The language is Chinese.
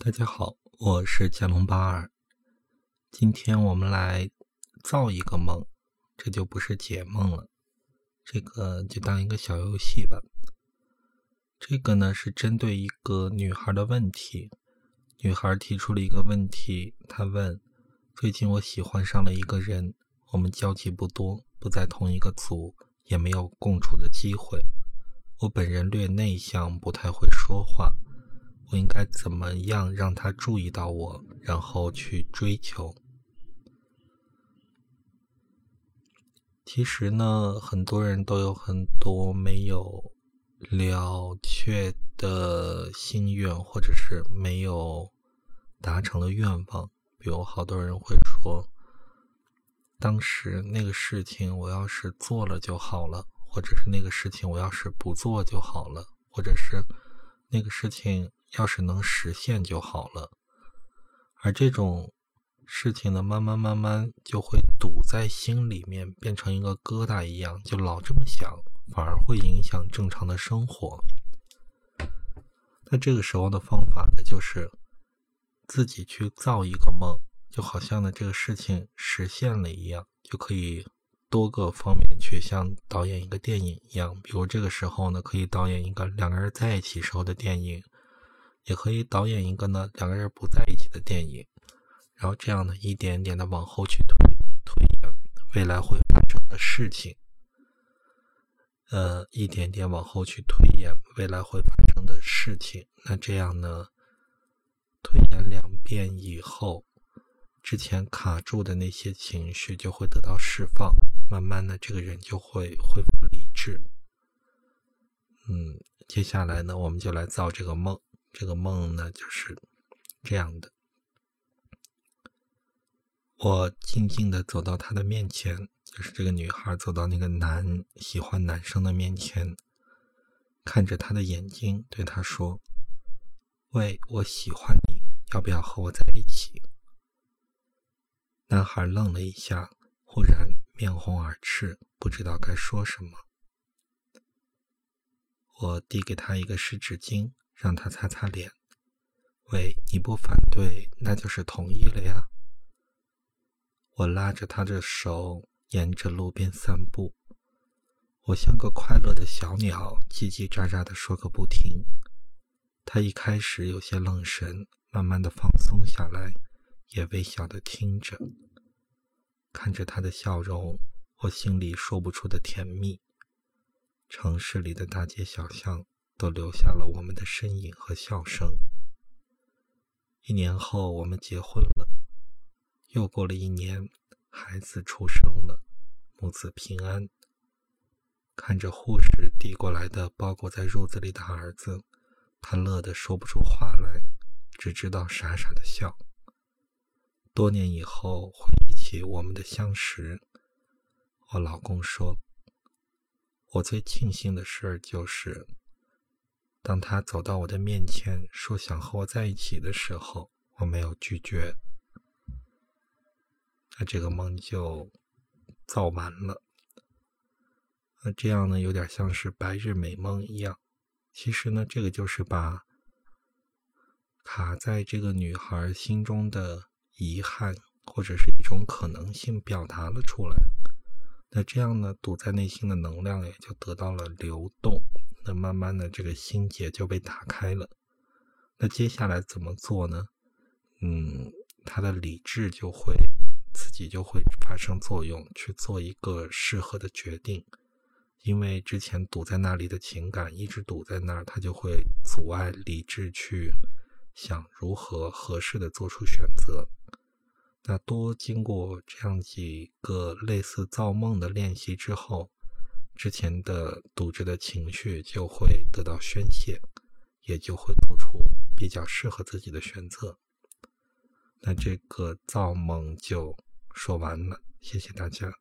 大家好，我是加隆巴尔。今天我们来造一个梦，这就不是解梦了，这个就当一个小游戏吧。这个呢是针对一个女孩的问题，女孩提出了一个问题，她问：最近我喜欢上了一个人，我们交集不多，不在同一个组，也没有共处的机会。我本人略内向，不太会说话，我应该怎么样让他注意到我，然后去追求？其实呢，很多人都有很多没有了却的心愿，或者是没有达成的愿望。比如好多人会说，当时那个事情我要是做了就好了，或者是那个事情我要是不做就好了，或者是那个事情要是能实现就好了。而这种事情呢，慢慢就会堵在心里面，变成一个疙瘩一样，就老这么想，反而会影响正常的生活。那这个时候的方法呢，就是自己去造一个梦，就好像呢这个事情实现了一样，就可以多个方面去像导演一个电影一样。比如这个时候呢，可以导演一个两个人在一起时候的电影，也可以导演一个呢两个人不在一起的电影，然后这样呢一点点的往后去推演未来会发生的事情，一点点往后去推演未来会发生的事情。那这样呢，推演2遍以后，之前卡住的那些情绪就会得到释放，慢慢的这个人就会恢复理智。接下来呢，我们就来造这个梦。这个梦呢，就是这样的。我静静地走到她的面前，就是这个女孩走到那个喜欢男生的面前，看着他的眼睛，对他说：喂，我喜欢你，要不要和我在一起？男孩愣了一下，忽然面红耳赤，不知道该说什么。我递给他一个湿纸巾，让他擦擦脸。喂，你不反对，那就是同意了呀。我拉着他的手，沿着路边散步。我像个快乐的小鸟，叽叽喳喳地说个不停。他一开始有些愣神，慢慢地放松下来，也微笑地听着。看着他的笑容，我心里说不出的甜蜜。城市里的大街小巷都留下了我们的身影和笑声。1年后，我们结婚了。又过了1年，孩子出生了，母子平安。看着护士递过来的包裹在褥子里的儿子，他乐得说不出话来，只知道傻傻的笑。多年以后，回忆起我们的相识，我老公说，我最庆幸的事就是，当他走到我的面前说想和我在一起的时候，我没有拒绝。那这个梦就造完了。那这样呢，有点像是白日美梦一样。其实呢，这个就是把卡在这个女孩心中的遗憾或者是一种可能性表达了出来。那这样呢，堵在内心的能量也就得到了流动。那慢慢的这个心结就被打开了。那接下来怎么做呢？他的理智自己就会发生作用，去做一个适合的决定。因为之前堵在那里的情感一直堵在那儿，他就会阻碍理智去想如何合适的做出选择。那多经过这样几个类似造梦的练习之后，之前的堵着的情绪就会得到宣泄，也就会做出比较适合自己的选择。那这个造梦就说完了，谢谢大家。